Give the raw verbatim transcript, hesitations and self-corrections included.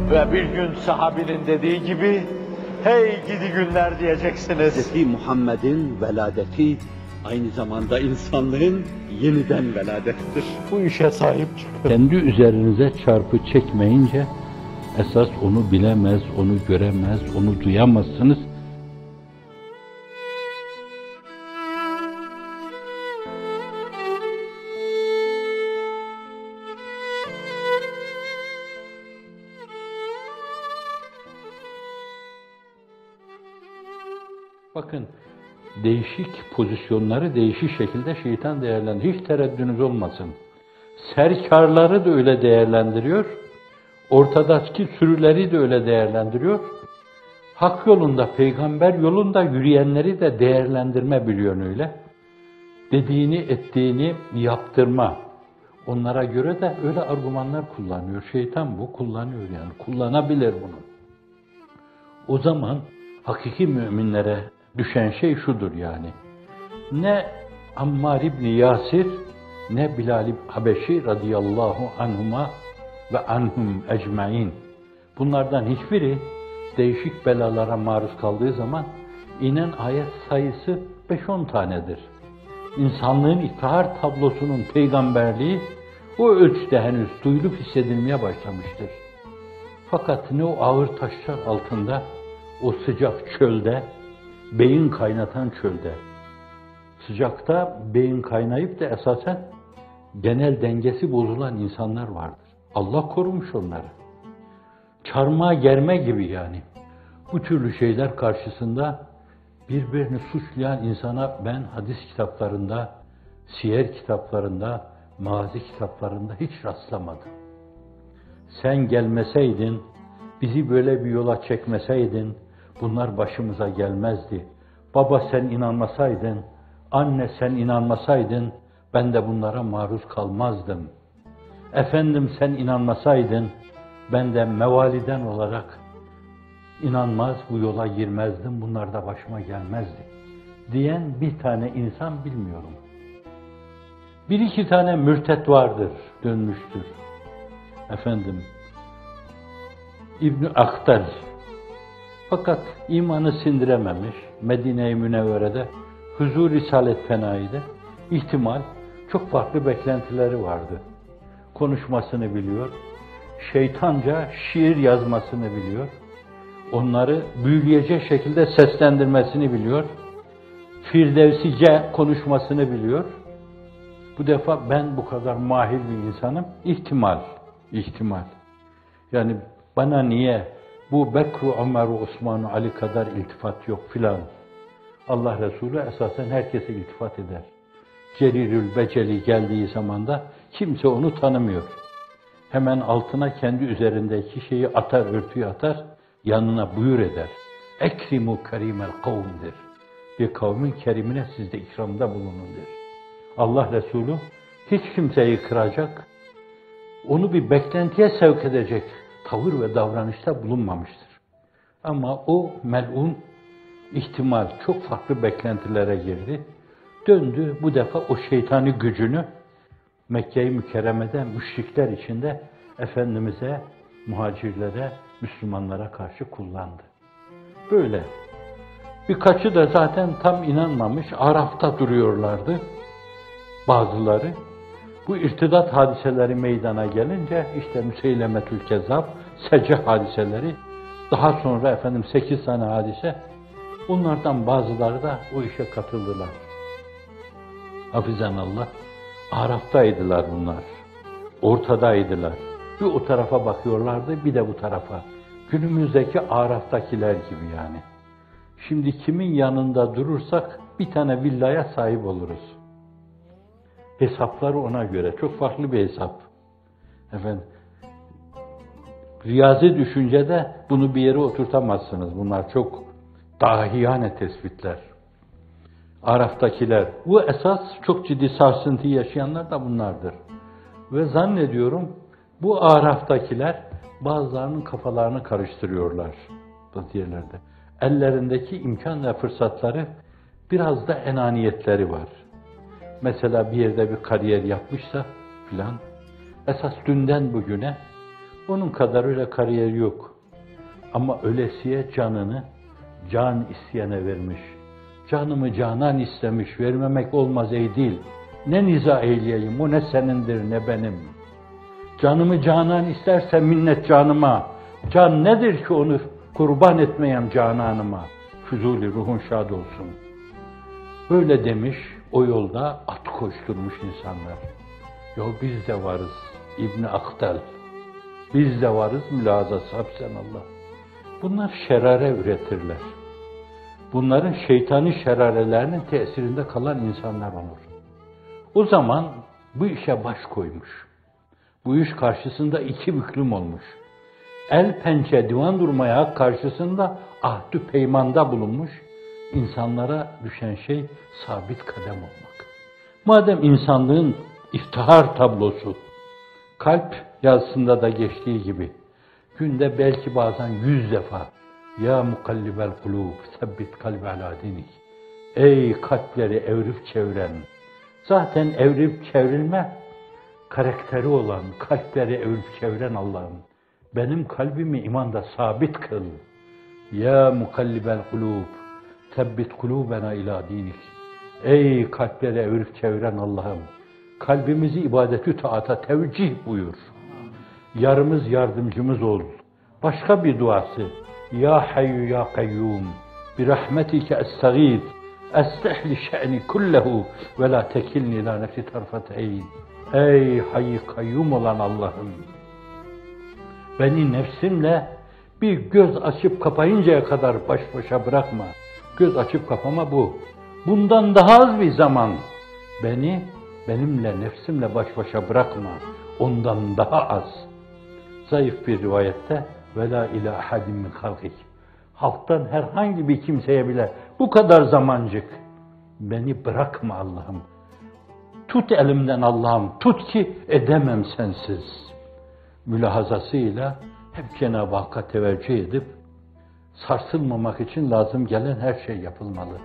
Ve bir gün sahabinin dediği gibi, hey gidi günler diyeceksiniz. Hazreti Muhammed'in veladeti aynı zamanda insanlığın yeniden veladettir. Bu işe sahip çıkın. Kendi üzerinize çarpı çekmeyince, esas onu bilemez, onu göremez, onu duyamazsınız. Bakın, değişik pozisyonları değişik şekilde şeytan değerlendiriyor. Hiç tereddünüz olmasın. Serkarları da öyle değerlendiriyor, ortadaki sürüleri de öyle değerlendiriyor. Hak yolunda, peygamber yolunda yürüyenleri de değerlendirme biliyor öyle. Dediğini, ettiğini yaptırma. Onlara göre de öyle argümanlar kullanıyor. Şeytan bu kullanıyor yani. Kullanabilir bunu. O zaman hakiki müminlere düşen şey şudur yani. Ne Ammar İbni Yasir, ne Bilal İbni Habeşi radıyallahu anhuma ve anhum ecmaîn. Bunlardan hiçbiri değişik belalara maruz kaldığı zaman inen ayet sayısı beş on tanedir. İnsanlığın iftihar tablosunun peygamberliği o ölçüde henüz duyulup hissedilmeye başlamıştır. Fakat ne o ağır taşlar altında, o sıcak çölde, beyin kaynatan çölde, sıcakta beyin kaynayıp da esasen genel dengesi bozulan insanlar vardır. Allah korumuş onları. Çarmıha germe gibi yani. Bu türlü şeyler karşısında birbirini suçlayan insana ben hadis kitaplarında, siyer kitaplarında, mazi kitaplarında hiç rastlamadım. Sen gelmeseydin, bizi böyle bir yola çekmeseydin, bunlar başımıza gelmezdi. Baba sen inanmasaydın, anne sen inanmasaydın, ben de bunlara maruz kalmazdım. Efendim sen inanmasaydın, ben de mevaliden olarak inanmaz, bu yola girmezdim, bunlar da başıma gelmezdi. Diyen bir tane insan bilmiyorum. Bir iki tane mürtet vardır, dönmüştür. Efendim, İbn-i Aktal. Fakat imanı sindirememiş, Medine-i Münevvere'de huzur risalet fenai'de ihtimal çok farklı beklentileri vardı. Konuşmasını biliyor, şeytanca şiir yazmasını biliyor, onları büyüleyecek şekilde seslendirmesini biliyor, firdevsice konuşmasını biliyor. Bu defa ben bu kadar mahir bir insanım, ihtimal, ihtimal. Yani bana niye bu Bekru, Ömer, Osman, Ali kadar iltifat yok filan. Allah Resulü esasen herkese iltifat eder. Celilül Beceli geldiği zaman da kimse onu tanımıyor. Hemen altına kendi üzerindeki şeyi atar, örtüyü atar, yanına buyur eder. Ekrimu kerimel kavmdir. Bir kavmin kerimine siz de ikramda bulunun der. Allah Resulü hiç kimseyi kıracak, onu bir beklentiye sevk edecek tavır ve davranışta bulunmamıştır. Ama o melun ihtimal çok farklı beklentilere girdi. Döndü bu defa o şeytani gücünü Mekke-i Mükerreme'de müşrikler içinde Efendimiz'e, muhacirlere, Müslümanlara karşı kullandı. Böyle. Birkaçı da zaten tam inanmamış, Araf'ta duruyorlardı bazıları. Bu irtidat hadiseleri meydana gelince işte Müseylemetül Kezzab, Secce hadiseleri, daha sonra efendim sekiz tane hadise, onlardan bazıları da o işe katıldılar. Hafizanallah, Araf'taydılar bunlar, ortadaydılar. Bir o tarafa bakıyorlardı, bir de bu tarafa. Günümüzdeki Araf'takiler gibi yani. Şimdi kimin yanında durursak bir tane villaya sahip oluruz. Hesapları ona göre. Çok farklı bir hesap. Efendim, riyazi düşüncede bunu bir yere oturtamazsınız. Bunlar çok dahiyane tespitler. Araf'takiler. Bu esas çok ciddi sarsıntı yaşayanlar da bunlardır. Ve zannediyorum bu Araf'takiler bazılarının kafalarını karıştırıyorlar. Bu yerlerde. Ellerindeki imkan ve fırsatları biraz da enaniyetleri var. Mesela bir yerde bir kariyer yapmışsa filan, esas dünden bugüne Onun kadar öyle kariyer yok. Ama ölesiye canını can isteyene vermiş. Canımı canan istemiş, vermemek olmaz ey dil. Ne niza eyleyeyim, o ne senindir ne benim. Canımı canan isterse minnet canıma. Can nedir ki onu kurban etmeyem cananıma. Füzuli ruhun şad olsun. Böyle demiş, o yolda at koşturmuş insanlar. Ya biz de varız İbn-i Aktal. Biz de varız mülazası hapsenallah. Bunlar şerare üretirler. Bunların şeytani şerarelerinin tesirinde kalan insanlar olur. O zaman bu işe baş koymuş. Bu iş karşısında iki büklüm olmuş. El pençe divan durmaya karşısında ahdü peymanda bulunmuş. İnsanlara düşen şey sabit kadem olmak. Madem insanlığın iftihar tablosu, kalp yazısında da geçtiği gibi, günde belki bazen yüz defa, ya mukallibel kulub, sebbit kalbi ala dinik. Ey kalpleri evrip çeviren, zaten evrip çevrilme, karakteri olan, kalpleri evrip çeviren Allah'ım, benim kalbimi imanda sabit kıl. Ya mukallibel kulub, sebbit kulubena ila dinik. Ey kalpleri evrip çeviren Allah'ım, kalbimizi ibadetü taata tevcih buyur. Yarımız yardımcımız ol. Başka bir duası. Ya hayyu ya kayyum. Bi rahmetike estağîz. Eslih li şe'ni kullehu ve la tekilni ila nefsi tarfet eyn. Ey hayy kayyum olan Allah'ım. Beni nefsimle bir göz açıp kapayıncaya kadar baş başa bırakma. Göz açıp kapama bu. Bundan daha az bir zaman beni benimle nefsimle baş başa bırakma. Ondan daha az. Zayıf bir rivayette ve la ila ahadin min halkik. Halktan herhangi bir kimseye bile bu kadar zamancık beni bırakma Allah'ım. Tut elimden Allah'ım. Tut ki edemem sensiz. Mülahazasıyla hep Cenab-ı Hakk'a teveccüh edip sarsılmamak için lazım gelen her şey yapılmalı.